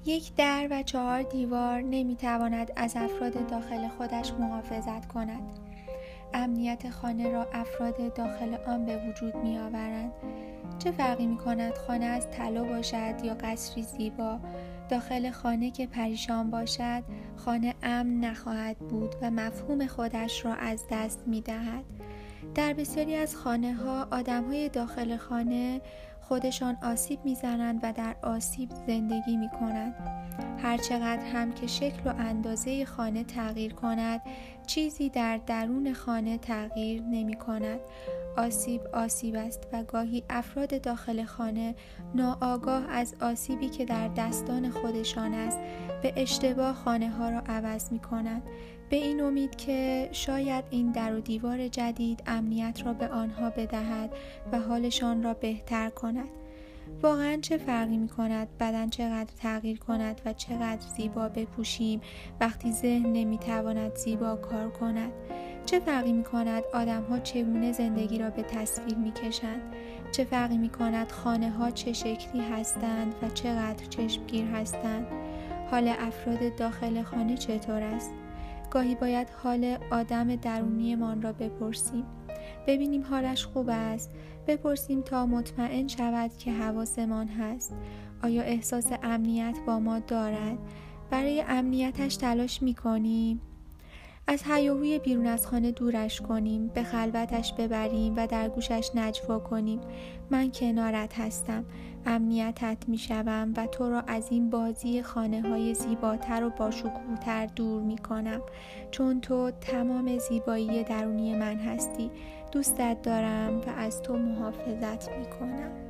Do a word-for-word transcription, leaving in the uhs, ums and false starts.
یک در و چهار دیوار نمیتواند از افراد داخل خودش محافظت کند. امنیت خانه را افراد داخل آن به وجود می آورند. چه فرقی می کند خانه از طلا باشد یا قصری زیبا؟ داخل خانه که پریشان باشد، خانه امن نخواهد بود و مفهوم خودش را از دست می دهد. در بسیاری از خانه ها آدم های داخل خانه خودشان آسیب می زنند و در آسیب زندگی می کنند. هرچقدر هم که شکل و اندازه خانه تغییر کند، چیزی در درون خانه تغییر نمی کند. آسیب آسیب است و گاهی افراد داخل خانه ناآگاه از آسیبی که در دستان خودشان است به اشتباه خانه ها را عوض می کنند، به این امید که شاید این در و دیوار جدید امنیت را به آنها بدهد و حالشان را بهتر کند. واقعا چه فرقی می کند بدن چقدر تغییر کند و چقدر زیبا بپوشیم وقتی ذهن نمی تواند زیبا کار کند؟ چه فرقی می کند آدم ها چگونه زندگی را به تصویر می کشند؟ چه فرقی می کند خانه ها چه شکلی هستند و چقدر چشمگیر هستند؟ حال افراد داخل خانه چطور است؟ گاهی باید حال آدم درونی من را بپرسیم، ببینیم حالش خوب است، بپرسیم تا مطمئن شود که حواسمان هست. آیا احساس امنیت با ما دارد؟ برای امنیتش تلاش می‌کنیم؟ از هیاهوی بیرون از خانه دورش کنیم، به خلوتش ببریم و در گوشش نجوا کنیم: من کنارت هستم، امنیتت میشوم و تو را از این بازی خانه های زیباتر و باشکوه‌تر دور میکنم، چون تو تمام زیبایی درونی من هستی. دوستت دارم و از تو محافظت میکنم.